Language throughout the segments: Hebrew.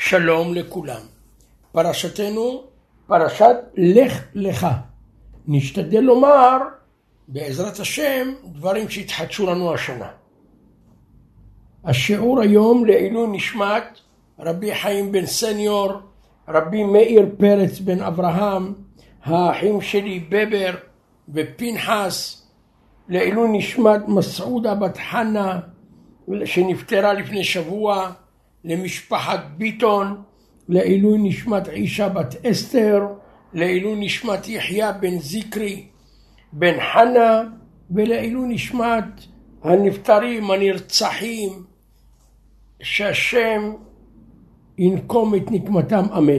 שלום לכולם. פרשתנו, פרשת לך לך. נשתדל לומר, בעזרת השם, דברים שהתחדשו לנו השנה. השיעור היום לעילוי נשמת רבי חיים בן סניור, רבי מאיר פרץ בן אברהם, האחים שלי בבר ופנחס, לעילוי נשמת מסעודה בת חנה שנפטרה לפני שבוע, למשפחת ביטון, לעילוי נשמת עישה בת אסתר, לעילוי נשמת יחיה בן זיקרי בן חנה, ולעילוי נשמת הנפטרים הנרצחים, שהשם ינקום את נקמתם, אמן.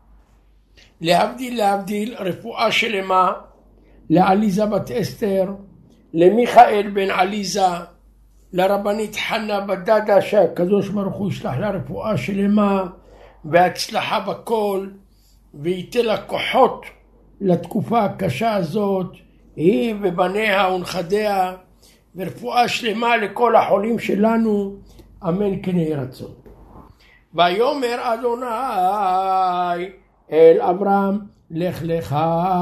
להבדיל רפואה שלמה לעליזה בת אסתר, למיכאל בן עליזה, לרבנית חנה בדדה, שהקדוש ברוך הוא ישלח לה רפואה שלמה והצלחה בכל, וייתן לה כוחות לתקופה הקשה הזאת, היא ובניה ונכדיה, ורפואה שלמה לכל החולים שלנו, אמן כן יהי רצון. ויאמר אדוני אל אברהם, לך לך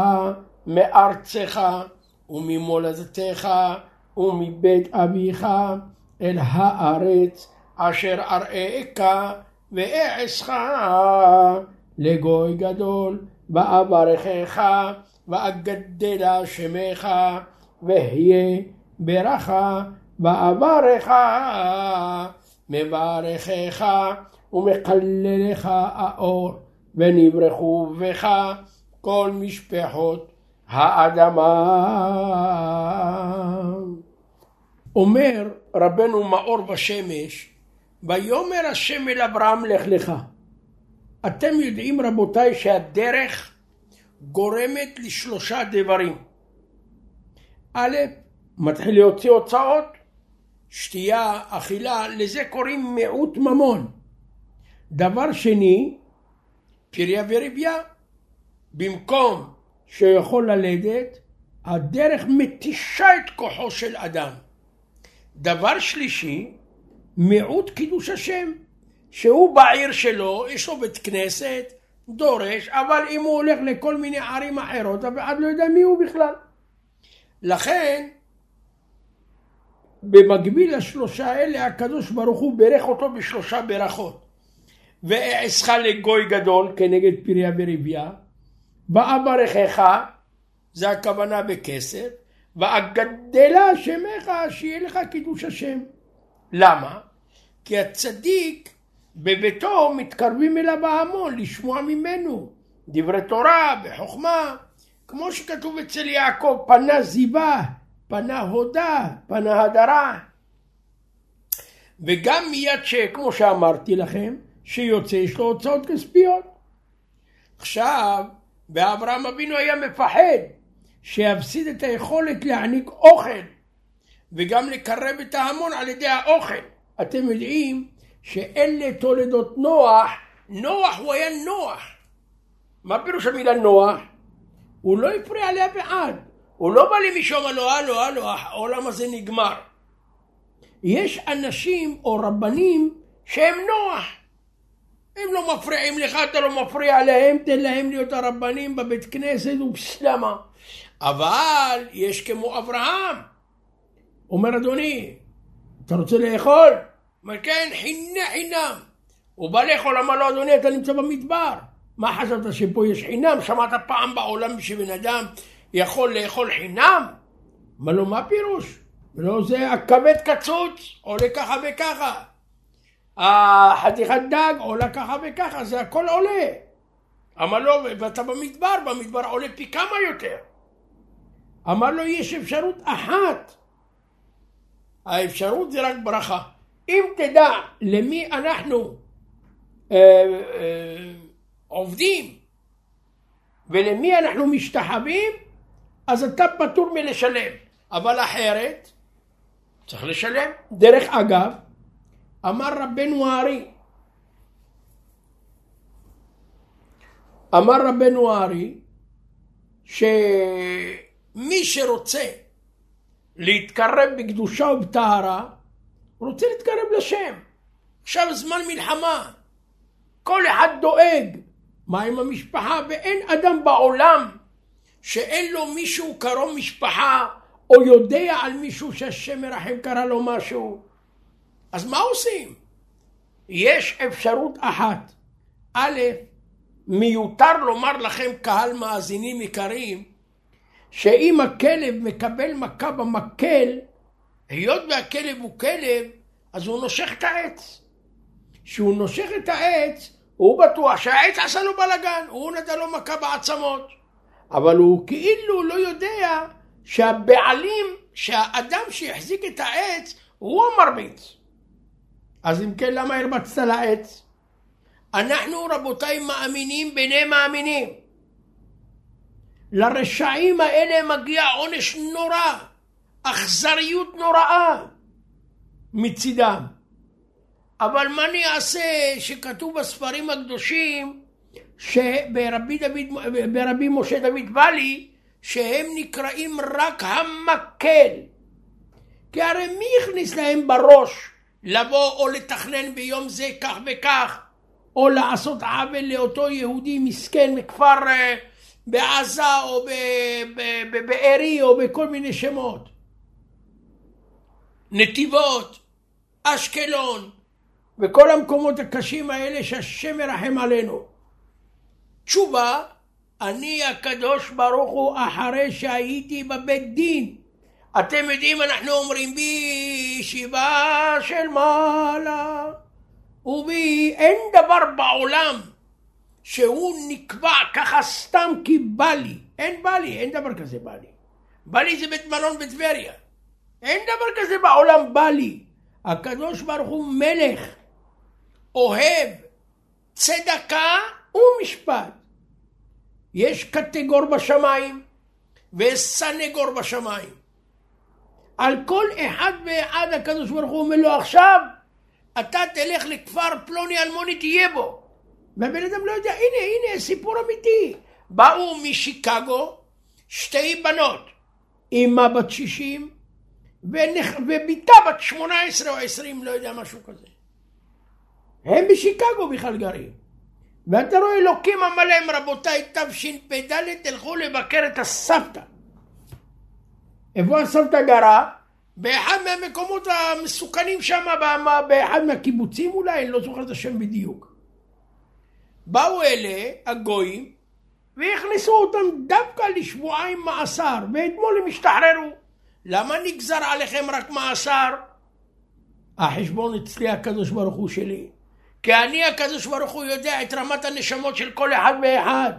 מארצך וממולדתך ומבית אביך אל הארץ אשר אראך ואעשך לגוי גדול, ואברכך ואגדל שמך, והיה ברכה ואברך, מברכך ומקללך האור, ונברכו בך כל משפחות האדמה. אומר רבנו מאור בשמש, ויאמר השם אל אברהם, לך לך. אתם יודעים רבותיי שהדרך גורמת לשלושה דברים. א', מתחיל להוציא הוצאות, שתייה, אכילה, לזה קוראים מיעוט ממון. דבר שני, פריה ורבייה. במקום שיכול ללדת, הדרך מתישה את כוחו של אדם. דבר שלישי, מיעוט קידוש השם, שהוא בעיר שלו, יש לו בית כנסת, דורש, אבל אם הוא הולך לכל מיני ערים אחרות, אבל לא יודע מי הוא בכלל. לכן, במקביל לשלושה האלה, הקדוש ברוך הוא ברך אותו בשלושה ברכות. ואעשך לגוי גדול, כנגד פריה ורבייה, ואברכך, זה הכוונה בכסף, ואגדלה שמך, שיהיה לך קידוש השם. למה? כי הצדיק בביתו מתקרבים אליו ההמון לשמוע ממנו דברי תורה בחוכמה, כמו שכתוב אצל יעקב, פנה זיבה, פנה הודה, פנה הדרה. וגם מיד שכמו שאמרתי לכם, שיוצא יש לו הוצאות כספיות. עכשיו, ואברהם אבינו היה מפחד שיפסיד את היכולת להעניק אוכל וגם לקרב את ההמון על ידי האוכל. אתם יודעים שאלה תולדות נוח. נוח הוא היה נוח. מה פירוש המילה נוח? הוא לא הפריע לאף אחד. הוא לא בא למישהו אמר לו, הלו, העולם הזה נגמר. יש אנשים או רבנים שהם נוח. הם לא מפריעים לך, אתה לא מפריע להם, תן להם להיות הרבנים בבית כנסת ובסלמה. אבל יש כמו אברהם. אומר אדוני, אתה רוצה לאכול? אומר כן, חינם. הוא בא לאכול, אמר לו אדוני, אתה נמצא במדבר. מה חשבת שפה יש חינם? שמעת פעם בעולם שבן אדם יכול לאכול חינם? אמר לו, מה פירוש? לא, זה הכבד קצוץ, עולה ככה וככה. החתיכת דג עולה ככה וככה, זה הכל עולה. אמר לו, ואתה במדבר עולה פי כמה יותר. אמר לו, יש אפשרות אחת. האפשרות זה רק ברכה. אם תדע למי אנחנו עובדים ולמי אנחנו משתחווים, אז אתה פטור מלשלם. אבל אחרת צריך לשלם. דרך אגב, אמר רבנו הארי שמי שרוצה להתקרב בקדושה ובטהרה, רוצה להתקרב לשם. עכשיו זמן מלחמה, כל דואג? מה עם המשפחה? ואין אדם בעולם שאין לו מישהו קרוב משפחה, או יודע על מישהו שהשם מרחם קרא לו משהו. אז מה עושים? יש אפשרות אחת. א', מיותר לומר לכם קהל מאזינים יקרים, שאם הכלב מקבל מכה במקל, היות והכלב הוא כלב, אז הוא נושך את העץ. כשהוא נושך את העץ, הוא בטוח שהעץ עשה לו בלגן, הוא נתן לו מכה בעצמות. אבל הוא כאילו לא יודע שהבעלים, שהאדם שהחזיק את העץ, הוא המרביץ. אז אם כן, למה הרבצת לעץ? אנחנו רבותיי מאמינים בני מאמינים. לרשעים האלה מגיע עונש נורא, אכזריות נוראה מצידם. אבל מה אני אעשה שכתוב בספרים הקדושים ברבי משה דוד ואלי שהם נקראים רק המקל? כי הרי מי הכניס להם בראש לבוא או לתכנן ביום זה כך וכך, או לעשות עוול לאותו יהודי מסכן מכפר בעזה או בארי או בכל מיני שמות, נתיבות, אשקלון וכל המקומות הקשים האלה שהשם מרחם עלינו? תשובה, אני הקדוש ברוך הוא אחרי שהייתי בבית דין. אתם יודעים, אנחנו אומרים בישיבה של מעלה ובי, אין דבר בעולם שהוא נקבע ככה סתם כי בא לי. אין בא לי, אין דבר כזה בא לי. בא לי זה בית מלון בטבריה. אין דבר כזה בעולם בא לי. הקדוש ברוך הוא מלך, אוהב צדקה ומשפט. יש קטגור בשמיים וסנגור בשמיים. על כל אחד ואחד הקדוש ברוך הוא אומר לו, עכשיו אתה תלך לכפר פלוני אלמוני תהיה בו. והבן אדם לא יודע, הנה סיפור אמיתי. באו משיקגו שתי בנות, אמא בת 60 וביתה בת 18 או 20, לא יודע, משהו כזה. הם בשיקגו בכלל גרים. ואתה רואה אלוקים אמר להם, רבותיי, תשפ"ד תלכו לבקר את הסבתא. איפה הסבתא גרה? באחד מהמקומות המסוכנים שם, באחד מהקיבוצים אולי, אני לא זוכר את השם בדיוק. באו אלה הגויים והכניסו אותם דווקא לשבועיים מאסר, ואתמול הם השתחררו. למה נגזר עליכם רק מאסר? החשבון אצלי הקדוש ברוך הוא שלי, כי אני הקדוש ברוך הוא יודע את רמת הנשמות של כל אחד ואחד.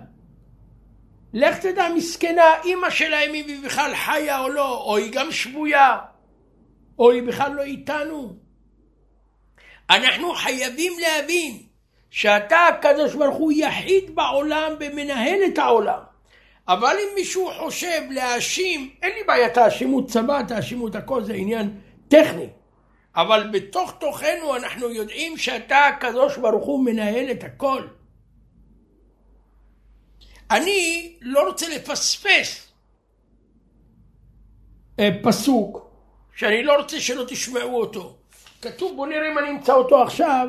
לך תדע, מסכנה אמא שלהם אם היא בכלל חיה או לא, או היא גם שבויה, או היא בכלל לא איתנו. אנחנו חייבים להבין שאתה הקדוש ברוך הוא יחיד בעולם ומנהל את העולם. אבל אם מישהו חושב להאשים, אין לי בעיה, תאשימו צבא, תאשימו את הכל, זה עניין טכני. אבל בתוך תוכנו אנחנו יודעים שאתה הקדוש ברוך הוא מנהל את הכל. אני לא רוצה לפספס פסוק שאני לא רוצה שלא תשמעו אותו. כתוב, בוא נראה אם אני אמצא אותו עכשיו.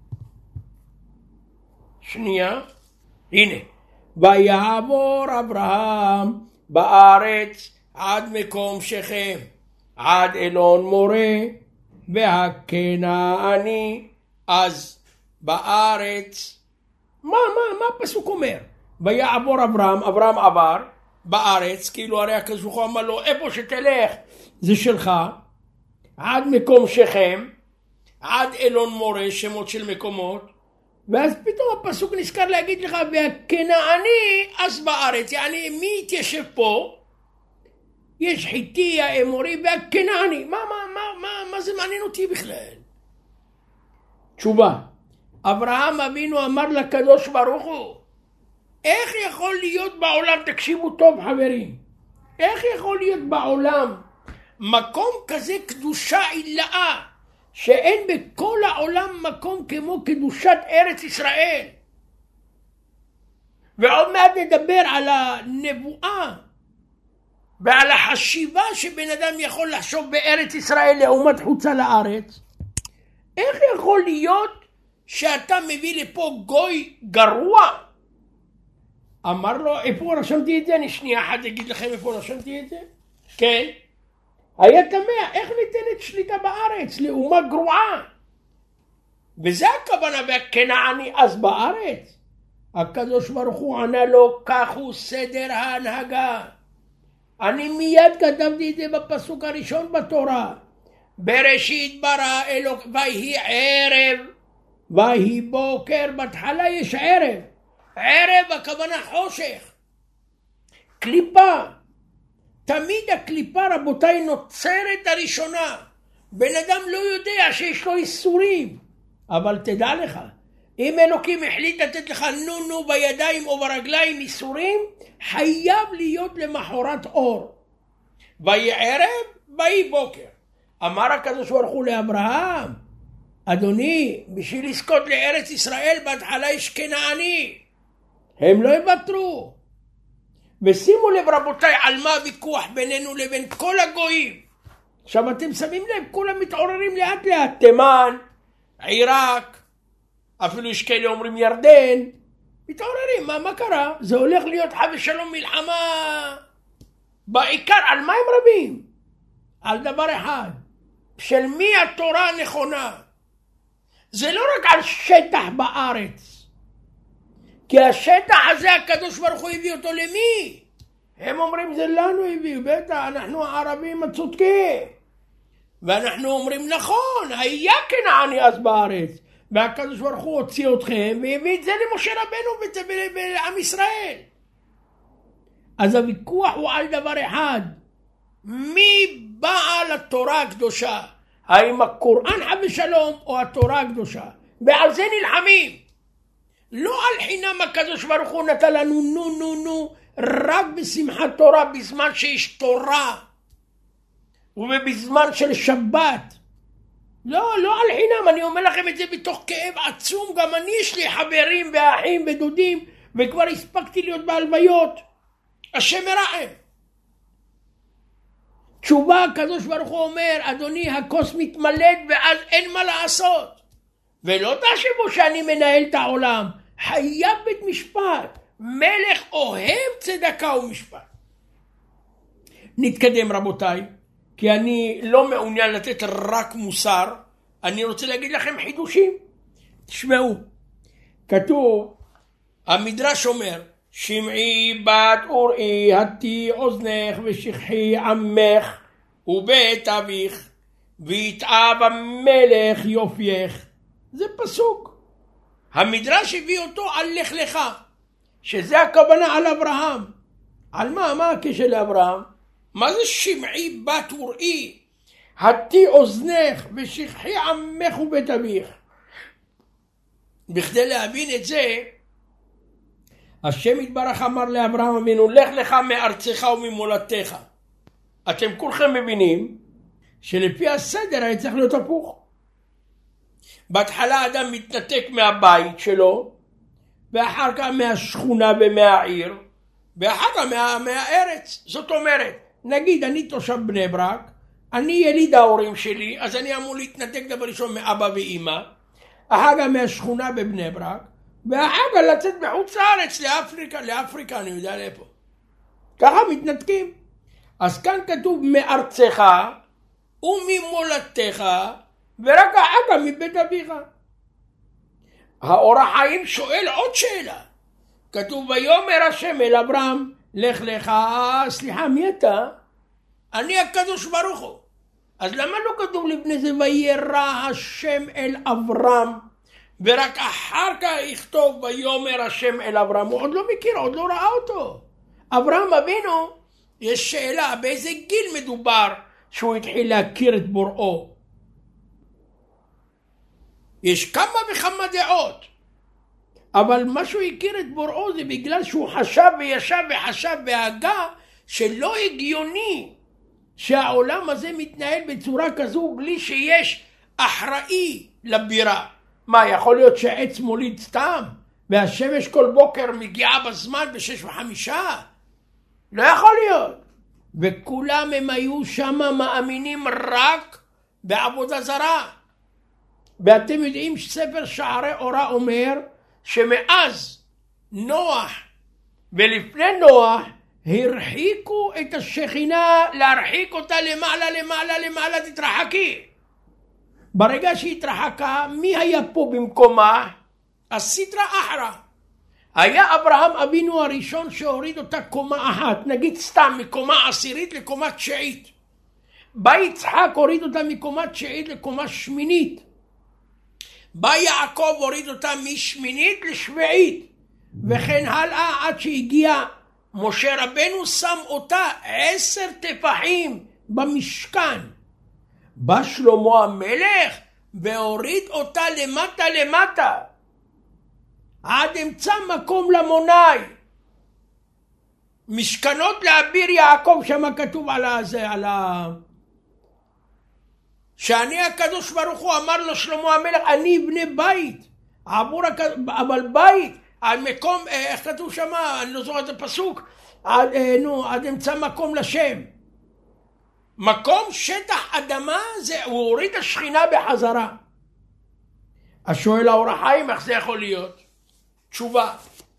שנייה, הנה. ויעבור אברהם בארץ עד מקום שכם, עד אלון מורה והכנעני, אז בארץ. מה הפסוק אומר? ויעבור אברהם עבר בארץ, כאילו הרי הקדוש ברוך הוא אמר לו, איפה שתלך זה שלך, עד מקום שכם, עד אלון מורה, שמות של מקומות. ואז פתאום הפסוק נזכר להגיד לך, והכנעני אז בארץ, יעני מי התיישב פה? יש חיתי, האמורי והכנעני. מה זה מעניין אותי בכלל? תשובה, אברהם אבינו אמר לקדוש ברוך הוא, איך יכול להיות בעולם, תקשיבו טוב חברים, איך יכול להיות בעולם מקום כזה קדושה עילאה, שאין בכל העולם מקום כמו קדושת ארץ ישראל? ועוד מעט נדבר על הנבואה ועל החשיבה שבן אדם יכול לחשוב בארץ ישראל לעומת חוצה לארץ. איך יכול להיות שאתה מביא לפה גוי גרוע? אמר לו, איפה רשמתי את זה? אני שנייה אחת אגיד לכם איפה רשמתי את זה. כן, היה תמה, איך ניתנת שליטה בארץ לאומה גרועה? וזה הכוונה והכנעני אז בארץ. הקדוש ברוך הוא ענה לו, כך הוא סדר ההנהגה. אני מיד כתבתי את זה בפסוק הראשון בתורה. בראשית ברא אלוק, ויהי ערב, ויהי בוקר. בהתחלה יש ערב. ערב הכוונה חושך. קליפה. תמיד הקליפה רבותיי נוצרת הראשונה. בן אדם לא יודע שיש לו איסורים. אבל תדע לך, אם אלוקים החליט לתת לך נו בידיים או ברגליים איסורים, חייב להיות למחרת אור. ויהי ערב, ויהי בוקר. אמר הקדוש ברוך הוא לאברהם, אדוני, בשביל לזכות לארץ ישראל בהתחלה יש כנעני. הם לא יוותרו. ושימו לב רבותיי, על מה הוויכוח בינינו לבין כל הגויים. עכשיו אתם שמים לב, כולם מתעוררים לאט לאט. תימן, עיראק, אפילו יש כאלה אומרים ירדן, מתעוררים. מה קרה? זה הולך להיות חס ושלום מלחמה. בעיקר על מה הם רבים? על דבר אחד, של מי התורה הנכונה. זה לא רק על שטח בארץ, כי השטח הזה הקדוש ברוך הוא הביא אותו למי? הם אומרים זה לנו הביאו, בטח אנחנו הערבים הצודקים. ואנחנו אומרים נכון, היה כנעני אז בארץ, והקדוש ברוך הוא הוציא אתכם והביא את זה למשה רבנו ולעם ישראל. אז הוויכוח הוא על דבר אחד, מי בעל התורה הקדושה? האם הקוראן חס ושלום או התורה הקדושה? ועל זה נלחמים. לא על חינם הקדוש ברוך הוא נתן לנו נו רק בשמחת תורה, בזמן שיש תורה ובזמן של שבת. לא על חינם, אני אומר לכם את זה בתוך כאב עצום. גם אני יש לי חברים ואחים ודודים, וכבר הספקתי להיות בהלוויות. השם ירחם. תשובה הקדוש ברוך הוא אומר, אדוני הכוס מתמלאת ואז אין מה לעשות. ולא תחשבו שאני מנהל את העולם. חייב בית משפט. מלך אוהב צדקה ומשפט. נתקדם רבותיי, כי אני לא מעוניין לתת רק מוסר. אני רוצה להגיד לכם חידושים. תשמעו, כתוב, המדרש אומר, שמעי בת אוראי הטי אוזנך ושכחי עמך ובית אביך ויתאב המלך יופייך. זה פסוק. המדרש הביא אותו על לך לך, שזה הכוונה על אברהם. על מה הקשר לאברהם? מה זה שמעי בת אוראי הטי אוזנך ושכחי עמך ובית אביך? בכדי להבין את זה, השם יתברך אמר לאברהם אבינו, לך לך מארצך וממולדתך. אתם כולכם מבינים שלפי הסדר היה צריך להיות הפוך. בהתחלה אדם מתנתק מהבית שלו, ואחר כך מהשכונה ומהעיר, ואחר כך מהארץ. זאת אומרת, נגיד אני תושב בני ברק, אני יליד ההורים שלי, אז אני אמור להתנתק דבר ראשון מאבא ואמא, אחר כך מהשכונה בבני ברק, ואחר כך לצאת בחוץ לארץ, לאפריקה, אני יודע לאיפה. ככה מתנתקים. אז כאן כתוב מארצך וממולדתך, ורק אחר כך מבית אביך. האור החיים שואל עוד שאלה. כתוב ויאמר השם אל אברהם, לך לך, סליחה, מי אתה? אני הקדוש ברוך הוא. אז למה לא כתוב לפני זה וירא השם אל אברהם? ורק אחר כך יכתוב ויאמר השם אל אברהם. הוא עוד לא מכיר, עוד לא ראה אותו. אברהם אבינו, יש שאלה באיזה גיל מדובר שהוא התחיל להכיר את בוראו. יש כמה וכמה דעות, אבל מה שהוא הכיר את בוראו זה בגלל שהוא חשב וישב וחשב והגה שלא הגיוני שהעולם הזה מתנהל בצורה כזו בלי שיש אחראי לבירה. מה, יכול להיות שעץ מוליד סתם והשמש כל בוקר מגיעה בזמן ב6:05? לא יכול להיות. וכולם הם היו שם מאמינים רק בעבודה זרה. ואתם יודעים שספר שערי אורה אומר שמאז נוח ולפני נוח הרחיקו את השכינה, להרחיק אותה למעלה למעלה למעלה, תתרחקי. ברגע שהתרחקה, מי היה פה במקומה? הסטרא אחרא. היה אברהם אבינו הראשון שהוריד אותה קומה אחת, נגיד סתם מקומה 10 לקומה 9. בא יצחק הוריד אותה מקומה 9 לקומה 8. בא יעקב הוריד אותה מ8 ל7. וכן הלאה עד שהגיע משה רבנו, שם אותה 10 טפחים במשכן. בא שלמה המלך והוריד אותה למטה למטה עד אמצע מקום למונאי. משכנות לאביר יעקב, שם כתוב על שאני הקדוש ברוך הוא אמר לו שלמה המלך, אני אבנה בית אבל בית על מקום, איך כתוב שם, אני לא זוכר את הפסוק, עד אמצע מקום לשם. מקום שטח אדמה, הוא הוריד את השכינה בחזרה. השואל האור החיים, איך זה יכול להיות? תשובה.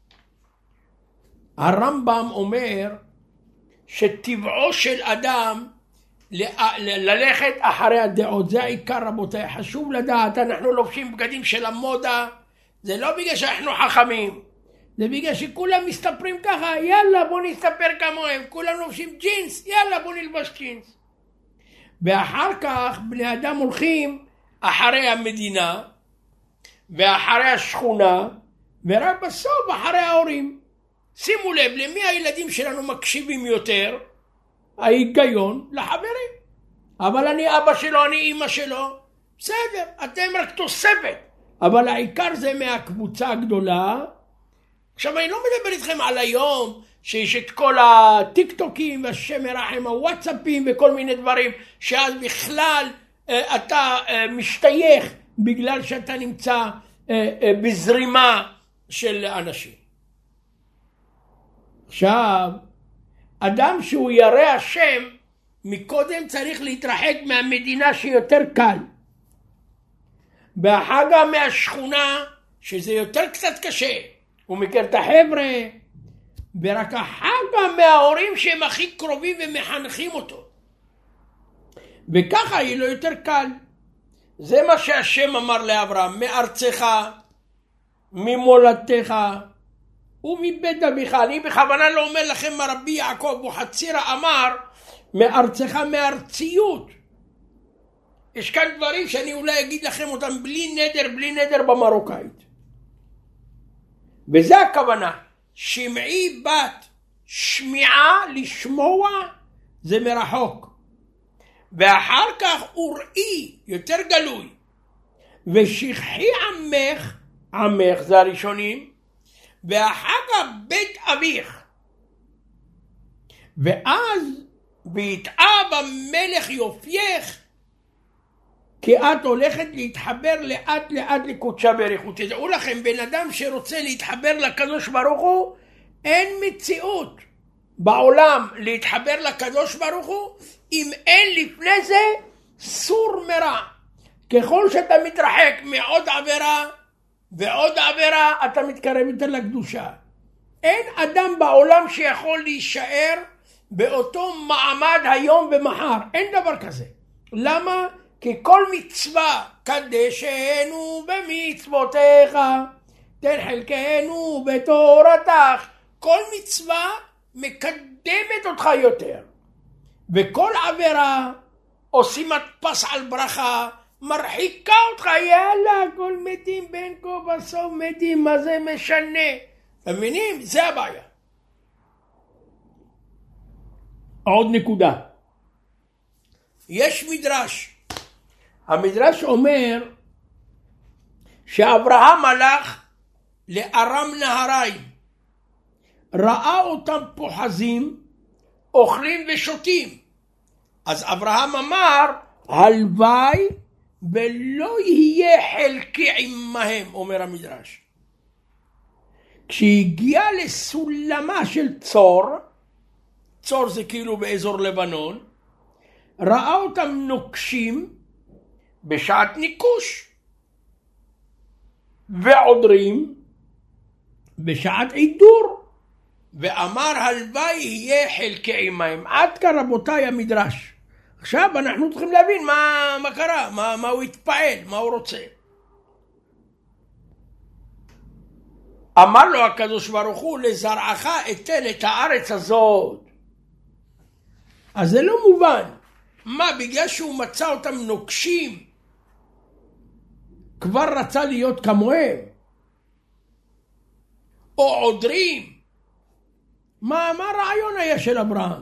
הרמב"ם אומר שטבעו של אדם ללכת אחרי הדעות, זה העיקר רבותיי. חשוב לדעת, אנחנו לובשים בגדים של המודה, זה לא בגלל שאנחנו חכמים, זה בגלל שכולם מסתפרים ככה, יאללה בוא נסתפר כמוהם, כולם לובשים ג'ינס, יאללה בוא נלבש ג'ינס. ואחר כך בני אדם הולכים אחרי המדינה ואחרי השכונה ורק בסוף אחרי ההורים. שימו לב, למי הילדים שלנו מקשיבים יותר? ההיגיון לחברים. אבל אני אבא שלו, אני אמא שלו, בסדר, אתם רק תוספת, אבל העיקר זה מהקבוצה הגדולה. עכשיו אני לא מדבר איתכם על היום שיש את כל הטיק-טוקים והשם מרחם הוואטסאפים וכל מיני דברים, שאז בכלל אתה משתייך בגלל שאתה נמצא בזרימה של אנשים. עכשיו, אדם שהוא ירא השם, מקודם צריך להתרחק מהמדינה שיותר קל, ואחר כך מהשכונה שזה יותר קצת קשה, הוא מכיר את החבר'ה, ורק אחר כך מההורים שהם הכי קרובים ומחנכים אותו, וככה יהיה לו יותר קל. זה מה שהשם אמר לאברהם, מארצך, ממולדתך ומבית אביך. אני בכוונה לא אומר לכם מה רבי יעקב אבוחצירא אמר, מארצך, מארציות. יש כאן דברים שאני אולי אגיד לכם אותם בלי נדר במרוקאית. וזה הכוונה, שמעי בת שמיעה, לשמוע זה מרחוק, ואחר כך אוראי יותר גלוי, ושכחי עמך, עמך זה הראשונים, ואחר כך בית אביך. ואז ויתאב המלך יופייך, כי את הולכת להתחבר לאט לאט לקודשה בריחו. תדעו לכם, בן אדם שרוצה להתחבר לקדוש ברוך הוא, אין מציאות בעולם להתחבר לקדוש ברוך הוא אם אין לפני זה סור מרע. ככל שאתה מתרחק מעוד עבירה ועוד עבירה, אתה מתקרב יותר לקדושה. אין אדם בעולם שיכול להישאר באותו מעמד היום ומחר, אין דבר כזה. למה? כי כל מצווה, קדשנו במצוותיך, תן חלקנו בתורתך, כל מצווה מקדמת אותך יותר, וכל עבירה עושים מדפס על ברכה, מרחיקה אותך. יאללה, כל מתים בין כה בסוף מתים, מה זה משנה? מבינים? זה הבעיה. עוד נקודה, יש מדרש, המדרש אומר שאברהם הלך לארם נהריים, ראה אותם פוחזים, אוכלים ושותים, אז אברהם אמר הלוואי ולא יהיה חלקי עמהם, אומר המדרש. כשהגיע לסולמה של צור, צור זה כאילו באזור לבנון, ראה אותם נוקשים בשעת ניקוש, ועודרים בשעת עידור, ואמר הלוואי יהיה חלקי מים. עד כאן רבותיי המדרש. עכשיו אנחנו צריכים להבין מה קרה, מה הוא התפעל, מה הוא רוצה. אמר לו הקדוש ברוך הוא, לזרעך אתן את הארץ הזאת. אז זה לא מובן. מה, בגלל שהוא מצא אותם נוקשים, כבר רצה להיות כמוהם? או עודרים? מה הרעיון היה של אברהם?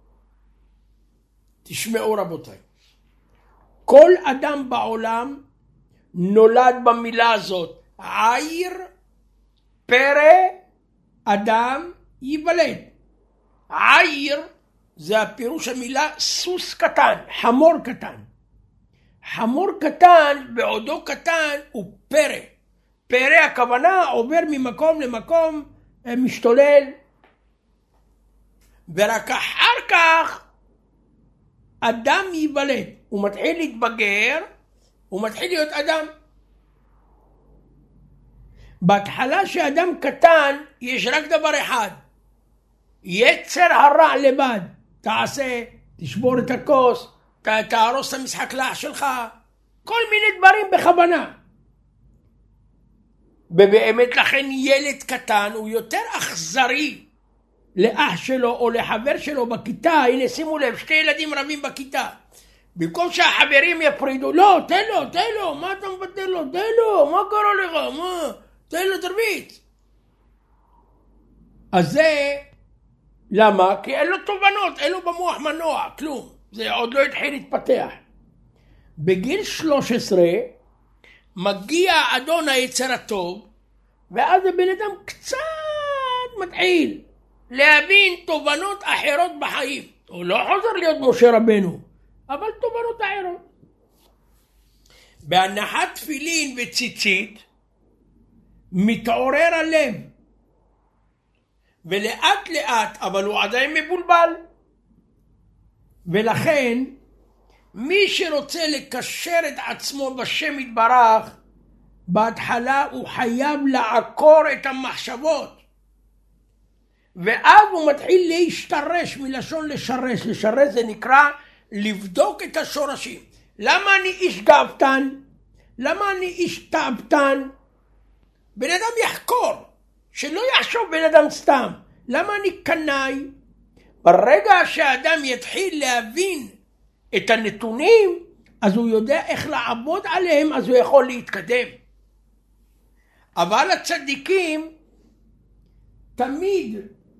תשמעו רבותיי, כל אדם בעולם נולד במילה הזאת, עיר, פרא, אדם, ייוולד. עיר זה הפירוש המילה סוס קטן, חמור קטן. חמור קטן בעודו קטן הוא פרא. פרא הכוונה עובר ממקום למקום, משתולל. ורק אחר כך אדם ייוולד. הוא מתחיל להתבגר, הוא מתחיל להיות אדם. בהתחלה שאדם קטן יש רק דבר אחד, יצר הרע לבד. תעשה, תשבור את הכוס, תהרוס את המשחק לאח שלך, כל מיני דברים בכוונה. ובאמת לכן ילד קטן הוא יותר אכזרי לאח שלו או לחבר שלו בכיתה. הנה שימו לב, שתי ילדים רבים בכיתה, במקום שהחברים יפרידו, לא, תן לו, מה אתה מבטל לו, תן לו, מה קרה לך, מה, תן לו תרביץ. אז זה למה? כי אין לו תובנות, אין לו במוח מנוע, כלום. זה עוד לא התחיל להתפתח. בגיל 13 מגיע אדון היצר הטוב, ואז הבן אדם קצת מתחיל להבין תובנות אחרות בחיים. הוא לא חוזר להיות משה רבנו, אבל תובנות אחרות. בהנחת תפילין וציצית מתעורר הלב, ולאט לאט, אבל הוא עדיין מבולבל. ולכן מי שרוצה לקשר את עצמו בשם יתברך, בהתחלה הוא חייב לעקור את המחשבות, ואז הוא מתחיל להשתרש, מלשון לשרש. לשרש זה נקרא לבדוק את השורשים. למה אני איש גאוותן? למה אני איש תאוותן? בן אדם יחקור, שלא יחשוב בן אדם סתם. למה אני קנאי? ברגע שהאדם יתחיל להבין את הנתונים, אז הוא יודע איך לעבוד עליהם, אז הוא יכול להתקדם. אבל הצדיקים תמיד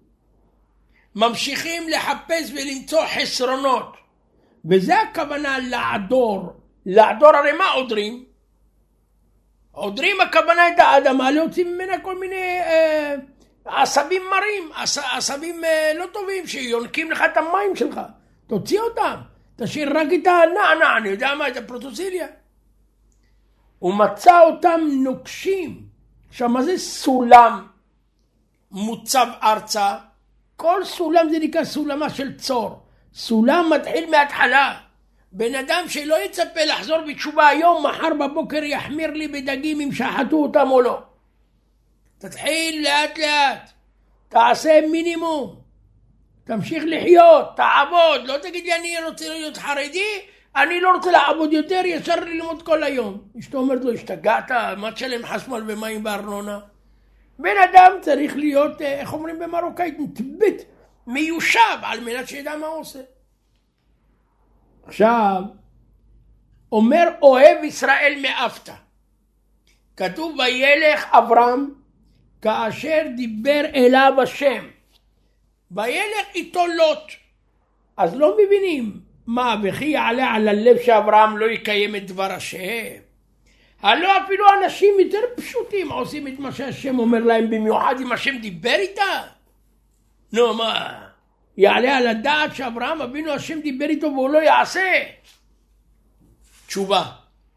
ממשיכים לחפש ולמצוא חסרונות, וזה הכוונה לעדור. לעדור, הרי מה עודרים? עודרים הכוונה את האדמה, להוציא ממנה כל מיני עשבים מרים, עשבים לא טובים שיונקים לך את המים שלך. תוציא אותם, תשאיר רק את הנענע, אני יודע מה, את הפרוטוסיליה. הוא מצא אותם נוקשים. עכשיו מה זה סולם מוצב ארצה? כל סולם זה נקרא סולמה של צור. סולם מתחיל מההתחלה. בן אדם שלא יצפה לחזור בתשובה היום, מחר בבוקר יחמיר לי בדגים אם שחטו אותם או לא. תתחיל לאט לאט, תעשה מינימום, תמשיך לחיות, תעבוד. לא תגיד לי אני רוצה להיות חרדי, אני לא רוצה לעבוד יותר, ישר ללמוד כל היום. אשתו אומרת לו, השתגעת, מה תשלם חשמל ומים בארנונה? בן אדם צריך להיות, איך אומרים במרוקאית, מתבט, מיושב, על מנת שידע מה עושה. עכשיו, אומר אוהב ישראל מאפתה. כתוב וילך אברהם כאשר דיבר אליו השם. וילך איתו לוט. אז לא מבינים, מה, וכי יעלה על הלב שאברהם לא יקיים את דבר השם? הלא אפילו אנשים יותר פשוטים עושים את מה שהשם אומר להם, במיוחד אם השם דיבר איתה. נו מה, יעלה על הדעת שאברהם אבינו השם דיבר איתו והוא לא יעשה? תשובה.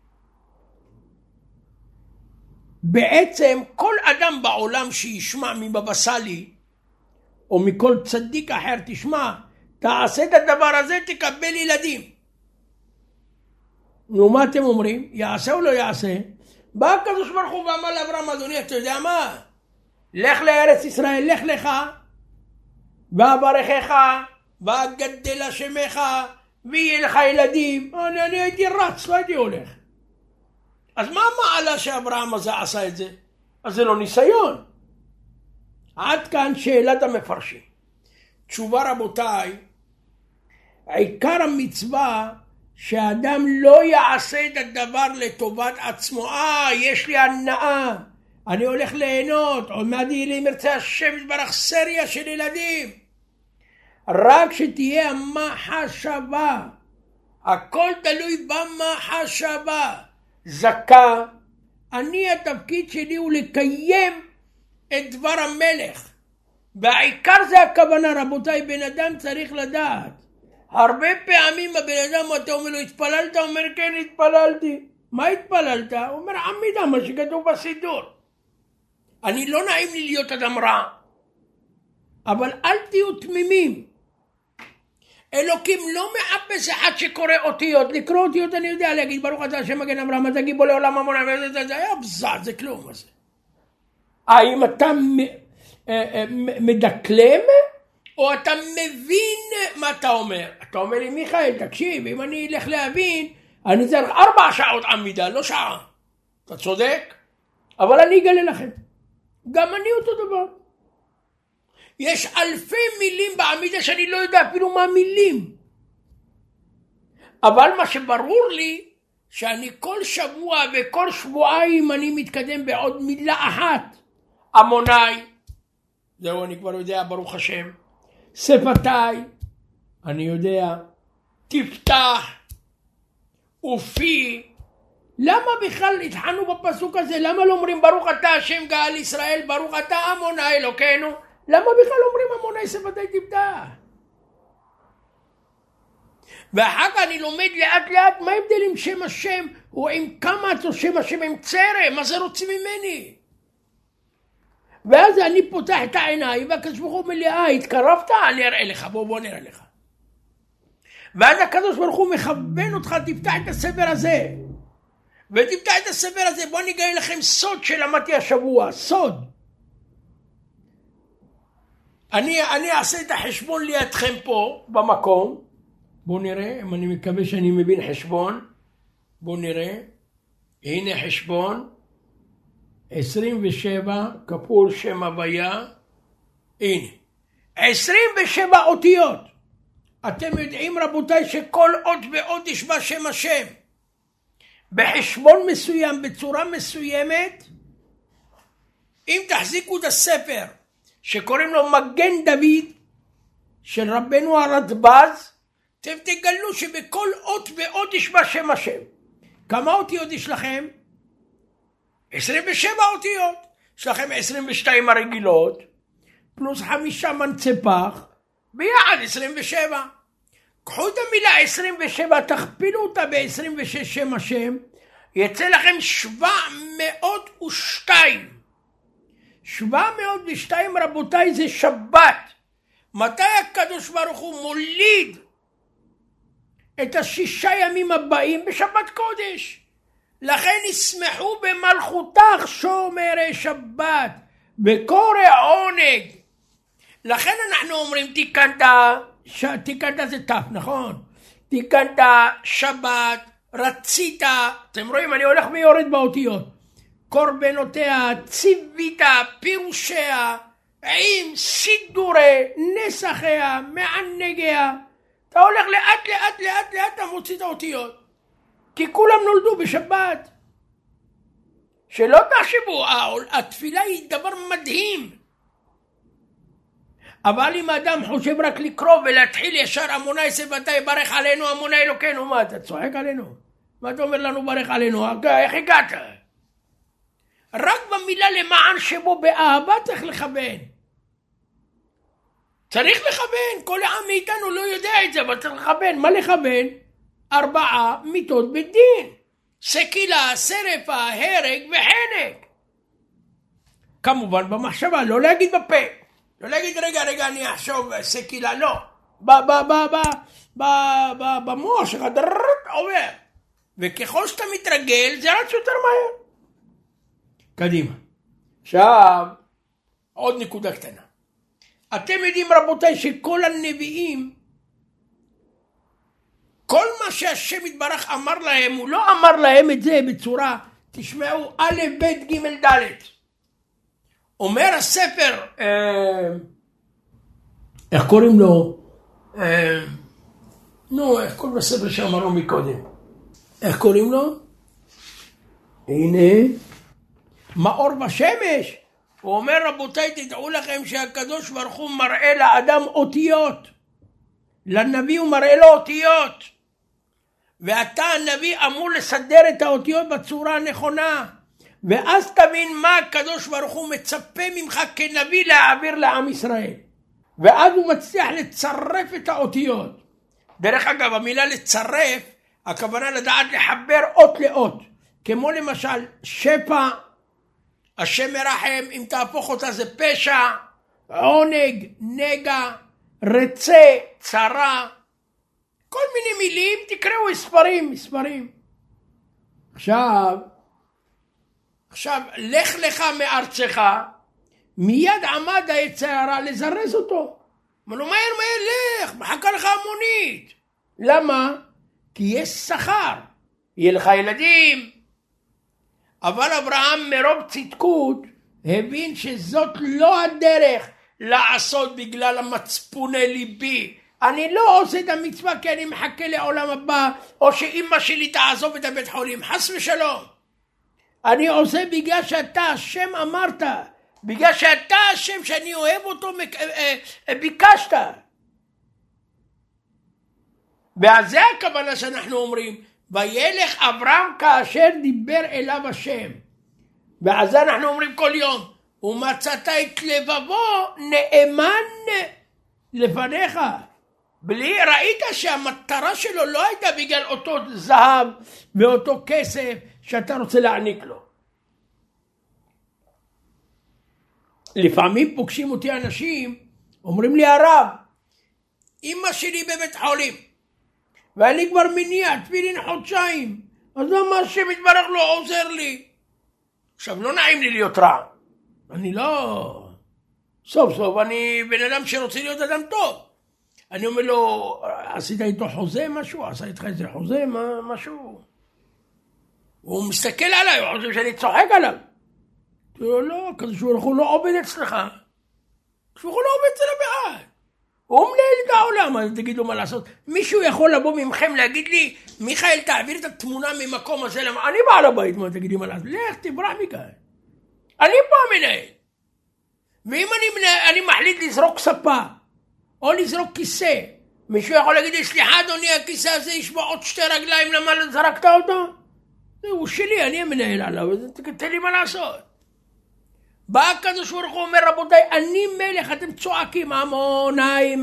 בעצם כל אדם בעולם שישמע מבבא סאלי או מכל צדיק אחר, תשמע, תעשה את הדבר הזה, תקבל ילדים. נו, מה אתם אומרים? יעשה או לא יעשה? בא הקדוש ברוך הוא ואמר לאברהם, אדוני, אתה יודע מה? לך לארץ ישראל, לך לך, ואברכך, ואגדל שמך, ויהיה לך ילדים. אני הייתי רץ, לא הייתי הולך. אז מה המעלה שאברהם הזה עשה את זה? אז זה לא ניסיון. עד כאן שאלת המפרשים. תשובה רבותיי, עיקר המצווה שהאדם לא יעשה את הדבר לטובת עצמו. יש לי הנאה, אני הולך ליהנות, עוד מעט יהיה לי מרצה השם יתברך סריה של ילדים. רק שתהיה המחשבה, הכל תלוי במחשבה. זכה, התפקיד שלי הוא לקיים את דבר המלך, והעיקר זה הכוונה. רבותיי, בן אדם צריך לדעת, הרבה פעמים הבן אדם, אתה אומר לו, התפללת? הוא אומר, כן, התפללתי. מה התפללת? הוא אומר, עמידה, מה שכתוב בסידור. אני לא נעים לי להיות אדם רע, אבל אל תהיו תמימים. אלוקים לא מחפש אחד שקורא אותיות. לקרוא אותיות אני יודע, להגיד ברוך אתה השם מגן אברהם, אתה גיבור לעולם המון, זה היה בזר, זה כלום הזה. האם אתה מדקלם, או אתה מבין מה אתה אומר? אתה אומר לי, מיכאל, תקשיב, אם אני אלך להבין, אני צריך 4 שעות עמידה, לא שעה. אתה צודק? אבל אני אגלה לכם, גם אני אותו דבר. יש אלפי מילים בעמידה שאני לא יודע אפילו מה מילים. אבל מה שברור לי, שאני כל שבוע וכל שבועיים אני מתקדם בעוד מילה אחת. עמוני, זהו אני כבר יודע, ברוך השם. שפתיי, אני יודע. תפתח, ופי. למה בכלל התחלנו בפסוק הזה? למה לא אומרים ברוך אתה השם גאל ישראל, ברוך אתה עמוני אלוקינו? למה בכלל אומרים עמוני שפתיי תפתח? ואחר כך אני לומד לאט לאט מה ההבדל עם שם השם, או עם כמה או שם השם עם צרה, מה זה רוצים ממני? ואז אני פותח את העיניים, והקדוש ברוך הוא אומר לי, התקרבת? אני אראה לך, בוא נראה לך. ואז הקדוש ברוך הוא מכוון אותך, תפתח את הספר הזה. ותפתח את הספר הזה, בוא נגלה לכם סוד שלמדתי השבוע, סוד. אני אעשה את החשבון לידכם פה, במקום. בואו נראה, אם אני מקווה שאני מבין חשבון. בואו נראה. הנה חשבון. 27 כפול שם הוויה. הנה. 27 אותיות. אתם יודעים רבותיי שכל אות ואות יש בה שם השם. בחשבון מסוים, בצורה מסוימת. אם תחזיקו את הספר שקוראים לו מגן דוד של רבנו הרדב"ז, אתם תגלו שבכל אות ואות יש בה שם השם. כמה אותיות יש לכם? 27 אותיות. יש לכם 22 הרגילות, פלוס 5 מנצפח, ביחד 27. קחו את המילה 27, תכפילו אותה ב-26 שם השם, יצא לכם 702. 702 רבותיי זה שבת. מתי הקדוש ברוך הוא מוליד את 6 ימים הבאים? בשבת קודש. לכן ישמחו במלכותך שומרי שבת, בקורא עונג. לכן אנחנו אומרים תיקנת זה תף, נכון? תיקנת שבת, רצית, אתם רואים אני הולך ויורד באותיות. קורבנותיה, ציוויתה, פירושיה, עם סידורי, נסחיה, מענגיה. אתה הולך לאט לאט לאט לאט, אתה מוציא את האותיות. כי כולם נולדו בשבת. שלא תחשבו, התפילה היא דבר מדהים. אבל אם האדם חושב רק לקרוא ולהתחיל ישר עמוני שפתיי ברך עלינו עמוני אלוקינו, מה אתה צוחק עלינו? מה אתה אומר לנו ברך עלינו? איך הגעת? רק במילה למען שבו באהבה צריך לכוון. צריך לכוון, כל העם מאיתנו לא יודע את זה, אבל צריך לכוון. מה לכוון? 4 מיתות בדין. סקילה, שרפה, הרג וחנק. כמובן במחשבה, לא להגיד בפה. לא להגיד רגע אני אחשוב סקילה, לא. במוח שלך עובר. וככל שאתה מתרגל זה רץ יותר מהר. קדימה. עכשיו, עוד נקודה קטנה. אתם יודעים רבותיי שכל הנביאים, כל מה שהשם יתברך אמר להם, הוא לא אמר להם את זה בצורה, תשמעו, א', ב', ג', ד'. אומר הספר, איך קוראים לו? איך קוראים לספר שאמרנו מקודם? איך קוראים לו? הנה, מאור בשמש. הוא אומר רבותיי, תדעו לכם שהקדוש ברוך הוא מראה לאדם אותיות. לנביא הוא מראה לו אותיות. ואתה הנביא אמור לסדר את האותיות בצורה הנכונה. ואז תבין מה הקדוש ברוך הוא מצפה ממך כנביא להעביר לעם ישראל. ואז הוא מצליח לצרף את האותיות. דרך אגב, המילה לצרף, הכוונה לדעת לחבר אות לאות. כמו למשל שפע, השם מרחם, אם תהפוך אותה זה פשע, עונג, נגע, רצה, צרה. כל מיני מילים, תקראו מספרים. עכשיו, לך לך מארצך, מיד עמד היצר הרע לזרז אותו. אמר לו, מהר, לך, מחכה לך המונית. למה? כי יש שכר, יהיה לך ילדים. אבל אברהם מרוב צדקות הבין שזאת לא הדרך לעשות בגלל המצפוני ליבי. אני לא עושה את המצווה כי אני מחכה לעולם הבא, או שאמא שלי תעזוב את הבית חולים, חס ושלום. אני עושה בגלל שאתה השם אמרת, בגלל שאתה השם שאני אוהב אותו ביקשת. ועל זה הכוונה שאנחנו אומרים, וילך אברהם כאשר דיבר אליו השם. ועל זה אנחנו אומרים כל יום, ומצאת את לבבו נאמן לפניך. ראית שהמטרה שלו לא הייתה בגלל אותו זהב ואותו כסף שאתה רוצה להעניק לו. לפעמים פוגשים אותי אנשים, אומרים לי הרב, אמא שלי בבית חולים, ואני כבר מניע תפילין חודשיים, אז למה השם יתברך לא עוזר לי? עכשיו לא נעים לי להיות רע, אני לא, סוף סוף אני בן אדם שרוצה להיות אדם טוב. אני אומר לו, עשית איתו חוזה משהו? עשה איתך איזה חוזה משהו? הוא מסתכל עליי, הוא חושב שאני צוחק עליו. לא, כזה שהוא לא עובד אצלך. שהוא לא עובד אצל הבעד. הוא מנהל את העולם, אז תגידו מה לעשות. מישהו יכול לבוא ממכם להגיד לי, מיכאל תעביר את התמונה ממקום הזה, למה? אני בעל הבית, מה תגידי מה לעשות? לך תברח מכאן. אני פה מנהל. ואם אני מחליט לזרוק ספה, או לזרוק כיסא, מישהו יכול להגיד לי, סליחה אדוני, הכיסא הזה יש בו עוד 2 רגליים, למה לא זרקת אותו? הוא שלי, אני המנהל עליו, תן לי מה לעשות. בא הקדוש ברוך הוא אומר, רבותיי, אני מלך, אתם צועקים, עמוני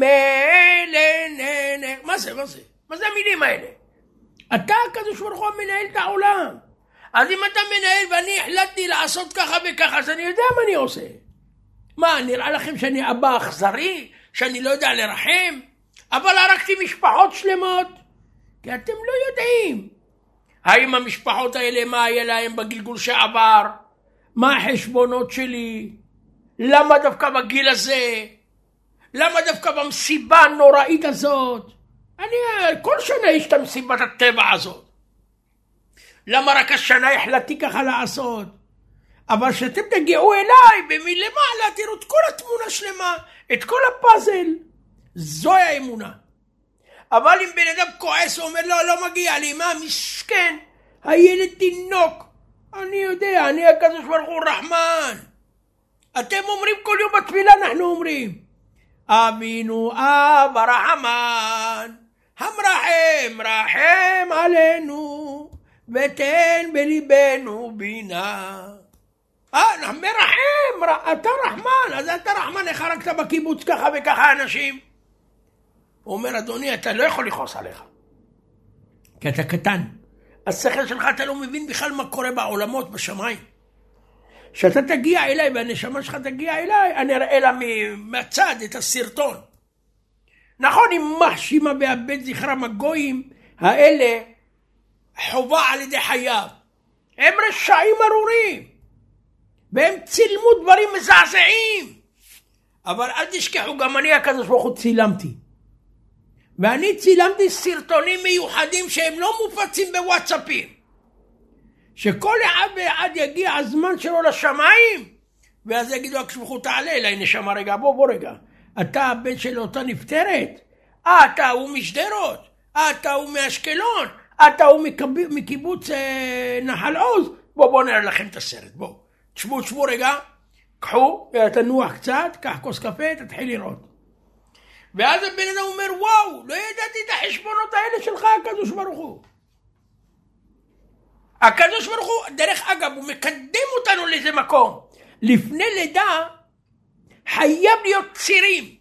מלך, מה זה? מה זה המילים האלה? אתה הקדוש ברוך הוא מנהל את העולם. אז אם אתה מנהל ואני החלטתי לעשות ככה וככה, אז אני יודע מה אני עושה. מה, נראה לכם שאני אבא אכזרי? שאני לא יודע לרחם? אבל הרגתי משפחות שלמות. כי אתם לא יודעים. האם המשפחות האלה, מה היה להם בגלגול שעבר? מה החשבונות שלי? למה דווקא בגיל הזה? למה דווקא במסיבה הנוראית הזאת? כל שנה יש את המסיבת הטבע הזאת. למה רק השנה החלטתי ככה לעשות? אבל שאתם תגיעו אליי ומלמעלה תראו את כל התמונה שלמה, את כל הפאזל. זוהי האמונה. אבל אם בן אדם כועס ואומר לא מגיע לי, מה מסכן? הילד תינוק. אני יודע, אני הקדוש ברוך הוא רחמן. אתם אומרים כל יום בתפילה, אנחנו אומרים אבינו אב הרחמן המרחם רחם עלינו ותן בליבנו בינה. מרחם, אתה רחמן, אז אתה רחמן, איך הרגת בקיבוץ ככה וככה אנשים? הוא אומר, אדוני, אתה לא יכול לכעוס עליך, כי אתה קטן. השכל שלך אתה לא מבין בכלל מה קורה בעולמות, בשמיים. שאתה תגיע אליי והנשמה שלך תגיע אליי, אני אראה לה מהצד את הסרטון. נכון, אם מחשימה באבד זכרם הגויים, האלה חובה על ידי חייו. הם רשעים ארורים. והם צילמו דברים מזעזעים. אבל אל תשכחו, גם אני הקדוש ברוך הוא צילמתי. ואני צילמתי סרטונים מיוחדים שהם לא מופצים בוואטסאפים. שכל אחד ואחד יגיע הזמן שלו לשמיים, ואז יגידו, הקדוש ברוך הוא תעלה אליי נשמה, רגע, בוא רגע. אתה הבן של אותה נפטרת? אתה הוא משדרות? אתה הוא מאשקלון? אתה הוא מקיבוץ נחל עוז? בוא נראה לכם את הסרט, בוא. תשבו רגע, קחו, תנוח קצת, קח כוס קפה, תתחיל לראות. ואז הבן אדם אומר, וואו, לא ידעתי את החשבונות האלה שלך, הקדוש ברוך הוא. הקדוש ברוך הוא, דרך אגב, הוא מקדם אותנו לאיזה מקום. לפני לידה, חייב להיות צירים.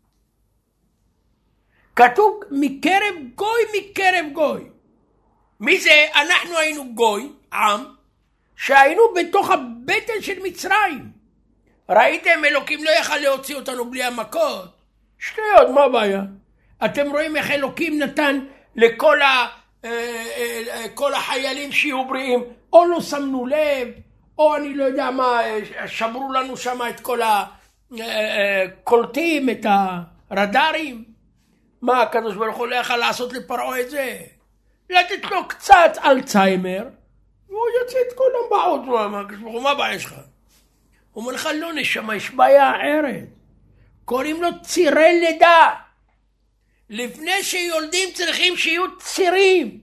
כתוב מקרב גוי. מי זה? אנחנו היינו גוי, עם, שהיינו בתוך הבטן של מצרים. ראיתם, אלוקים לא יכל להוציא אותנו בלי המכות. שטויות, מה הבעיה? אתם רואים איך אלוקים נתן לכל כל החיילים שיהיו בריאים, או לא שמנו לב, או אני לא יודע מה, שברו לנו שם את כל הקולטים, את הרדארים. מה הקדוש ברוך הוא לא יכל לעשות לפרעה את זה? לתת לו קצת אלצהיימר, והוא יוצא את כל הבעיות. מה הבעיה שלך? הוא אומר לך, לא נשמה, יש בעיה אחרת. קוראים לו צירי לידה. לפני שיולדים צריכים שיהיו צירים.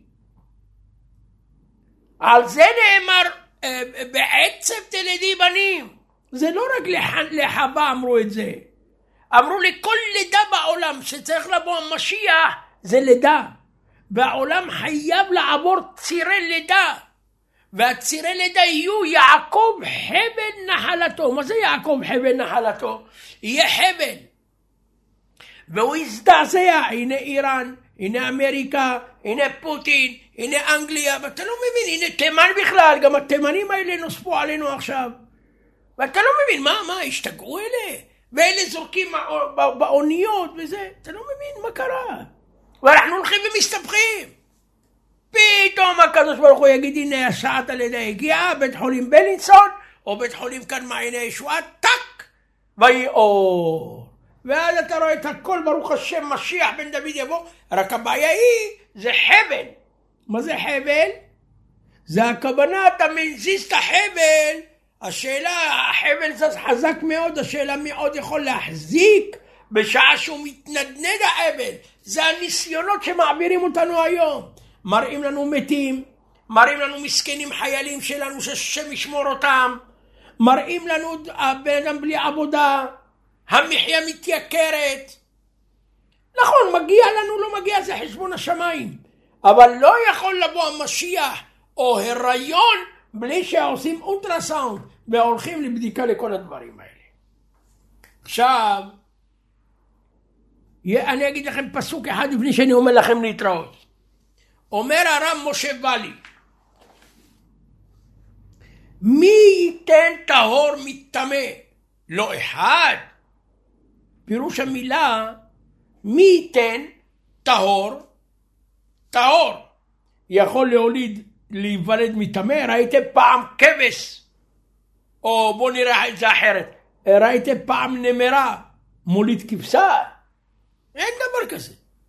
על זה נאמר, בעצב תלדי בנים. זה לא רק לחווה אמרו את זה. אמרו לכל לידה בעולם שצריך לבוא המשיח, זה לידה. והעולם חייב לעבור צירי לידה. והצירי לידה יהיו יעקב חבל נחלתו. מה זה יעקב חבל נחלתו? יהיה חבל. והוא יזדעזע, הנה איראן, הנה אמריקה, הנה פוטין, הנה אנגליה, ואתה לא מבין, הנה תימן בכלל, גם התימנים האלה נוספו עלינו עכשיו. ואתה לא מבין, מה, השתגעו אלה? ואלה זורקים באוניות וזה, אתה לא מבין מה קרה. ואנחנו הולכים ומסתבכים. פתאום הקדוש ברוך הוא יגיד, הנה השעת הלידה הגיעה, בית חולים בלינסון, או בית חולים כאן מעייני ישועה, טק, ויהי אור. ואז אתה רואה את הכל, ברוך השם, משיח בן דוד יבוא, רק הבעיה היא, זה חבל. מה זה חבל? זה הכוונה, אתה מנזיז את החבל, השאלה, החבל זז חזק מאוד, השאלה מי עוד יכול להחזיק בשעה שהוא מתנדנד החבל. זה הניסיונות שמעבירים אותנו היום. מראים לנו מתים, מראים לנו מסכנים חיילים שלנו שהשם ישמור אותם, מראים לנו הבן אדם בלי עבודה, המחיה מתייקרת. נכון, מגיע לנו, לא מגיע, זה חשבון השמיים. אבל לא יכול לבוא המשיח או הריון בלי שעושים אולטרסאונד והולכים לבדיקה לכל הדברים האלה. עכשיו, אני אגיד לכם פסוק אחד לפני שאני אומר לכם להתראות. אומר הרב משה ואלי, מי ייתן טהור מטמא? לא אחד. פירוש המילה, מי ייתן טהור? טהור. יכול להיוולד מטמא. ראיתם פעם כבש? או בוא נראה את זה אחרת. ראיתם פעם נמרה מוליד כבשה? אין דבר כזה.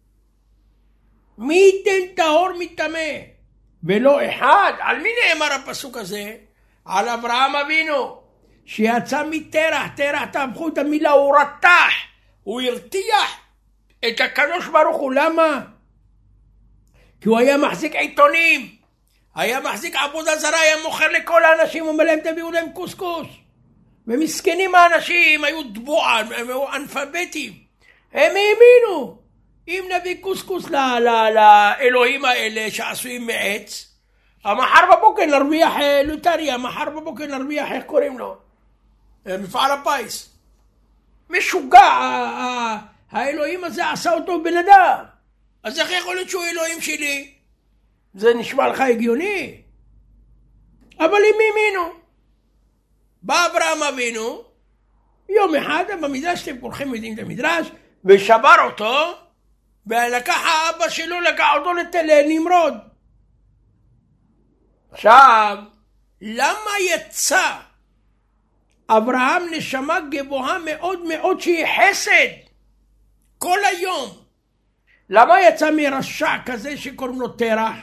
מי ייתן טהור מטמא? ולא אחד. על מי נאמר הפסוק הזה? על אברהם אבינו, שיצא מתרח. תרח, תהפכו את המילה, הוא רתח, הוא הרתיח את הקדוש ברוך הוא. למה? כי הוא היה מחזיק עיתונים, היה מחזיק עבודה זרה, היה מוכר לכל האנשים, אומר להם תביאו להם קוסקוס. ומסכנים האנשים היו דבועה, הם היו אנפבטים, הם האמינו, אם נביא קוסקוס לאלוהים האלה שעשויים מעץ, מחר בבוקר נרוויח לוטריה, מחר בבוקר נרוויח, איך קוראים לו? מפעל הפיס. משוגע, האלוהים הזה עשה אותו בן אדם. אז איך יכול להיות שהוא אלוהים שלי? זה נשמע לך הגיוני? אבל אם האמינו. בא אברהם אבינו, יום אחד במדרש, אתם כולכם יודעים את המדרש, ושבר אותו, ולקח האבא שלו, לקח אותו לנמרוד. עכשיו, למה יצא אברהם נשמה גבוהה מאוד מאוד שהיא חסד. כל היום. למה יצא מרשע כזה שקוראים לו תרח?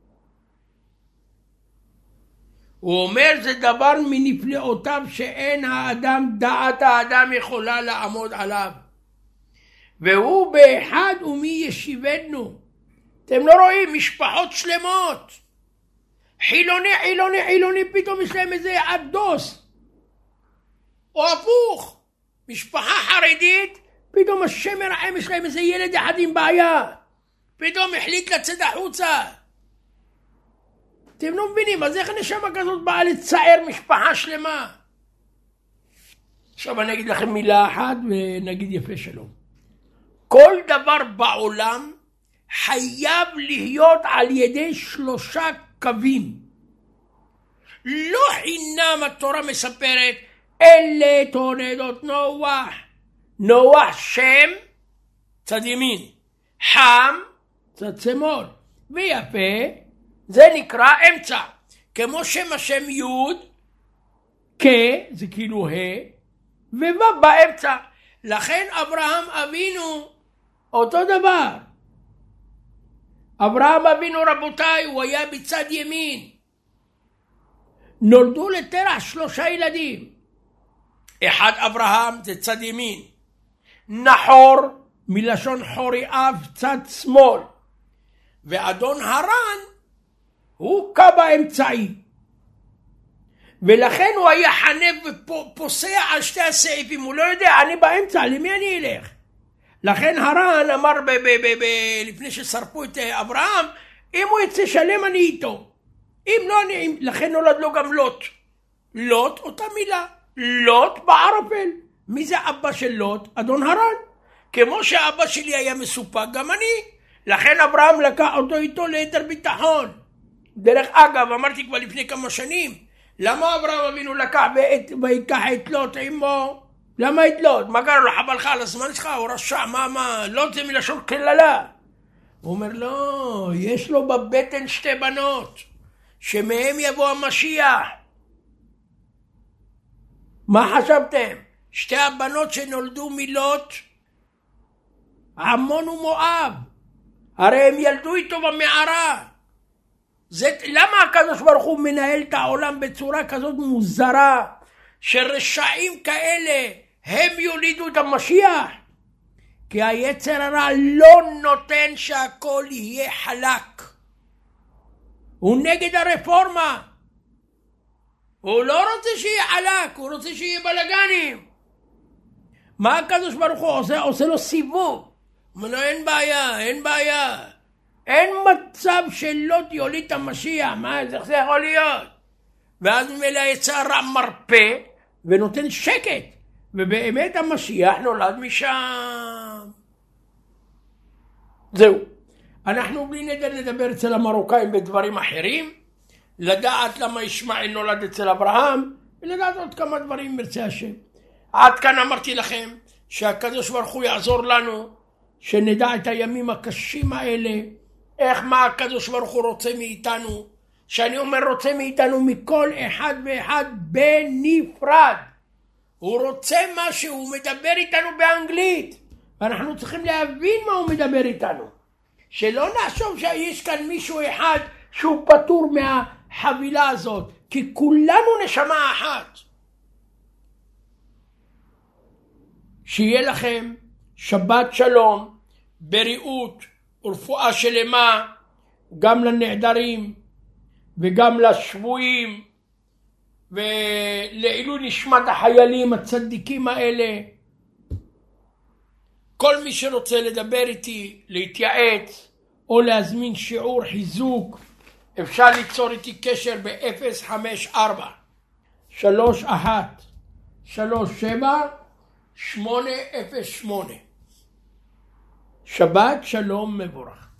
הוא אומר זה דבר מנפלאותיו שאין האדם, דעת האדם יכולה לעמוד עליו. והוא באחד ומי ישיבנו. אתם לא רואים משפחות שלמות. חילוני, פתאום יש להם איזה אדוס. או הפוך. משפחה חרדית, פתאום השם מרחם, יש להם איזה ילד אחד עם בעיה. פתאום החליט לצאת החוצה. אתם לא מבינים, אז איך נשמה כזאת באה לצער משפחה שלמה? עכשיו אני אגיד לכם מילה אחת ונגיד יפה שלום. כל דבר בעולם חייב להיות על ידי 3 קווים. לא חינם התורה מספרת, אלה תולדות נוח. נוח שם, צד ימין, חם, צד שמאל, ויפה, זה נקרא אמצע. כמו שם השם יוד, כ, זה כאילו ה, ובא באמצע. לכן אברהם אבינו, אותו דבר. אברהם אבינו רבותיי, הוא היה בצד ימין. נולדו לתרח 3 ילדים. אחד אברהם זה צד ימין. נחור מלשון חורי אב צד שמאל. ואדון הרן הוא קו האמצעי. ולכן הוא היה חנב ופוסע על 2 הסעיפים. הוא לא יודע, אני באמצע, למי אני אלך? לכן הרן אמר לפני ששרפו את אברהם, אם הוא יצא שלם אני איתו. אם לא, לכן נולד לו גם לוט. לוט אותה מילה. לוט בערפל. מי זה אבא של לוט? אדון הרן. כמו שאבא שלי היה מסופק, גם אני. לכן אברהם לקח אותו איתו ליתר ביטחון. דרך אגב, אמרתי כבר לפני כמה שנים, למה אברהם אבינו לקח ויקח את לוט עמו? למה את לוט? מה קרה לו? חבל לך על הזמן שלך? הוא רשע, מה? לוט זה מלשון כללה. הוא אומר לא, יש לו בבטן 2 בנות, שמהם יבוא המשיח. מה חשבתם? 2 הבנות שנולדו מלוט, עמון ומואב, הרי הם ילדו איתו במערה. למה הקדוש ברוך הוא מנהל את העולם בצורה כזאת מוזרה, שרשעים כאלה הם יולידו את המשיח? כי היצר הרע לא נותן שהכל יהיה חלק. הוא נגד הרפורמה. הוא לא רוצה שיהיה חלק, הוא רוצה שיהיה בלגנים. מה הקדוש ברוך הוא עושה? עושה לו סיבוב. הוא אומר לו אין בעיה. אין מצב שלא יוליד את המשיח. מה זה יכול להיות? ואז ממילא יצא רע מרפא ונותן שקט. ובאמת המשיח נולד משם. זהו. אנחנו בלי נדר נדבר אצל המרוקאים בדברים אחרים. לדעת למה ישמעאל נולד אצל אברהם. ולדעת עוד כמה דברים מרצה השם. עד כאן אמרתי לכם שהקדוש ברוך הוא יעזור לנו. שנדע את הימים הקשים האלה. מה הקדוש ברוך הוא רוצה מאיתנו. שאני אומר רוצה מאיתנו מכל אחד ואחד בנפרד. הוא רוצה משהו, הוא מדבר איתנו באנגלית. ואנחנו צריכים להבין מה הוא מדבר איתנו. שלא נחשוב שיש כאן מישהו אחד שהוא פטור מהחבילה הזאת. כי כולנו נשמה אחת. שיהיה לכם שבת שלום, בריאות ורפואה שלמה, גם לנעדרים וגם לשבויים, ולעילוי נשמת החיילים הצדיקים האלה. כל מי שרוצה לדבר איתי, להתייעץ או להזמין שיעור חיזוק, אפשר ליצור איתי קשר ב-054 31 37 808. שבת שלום מבורך.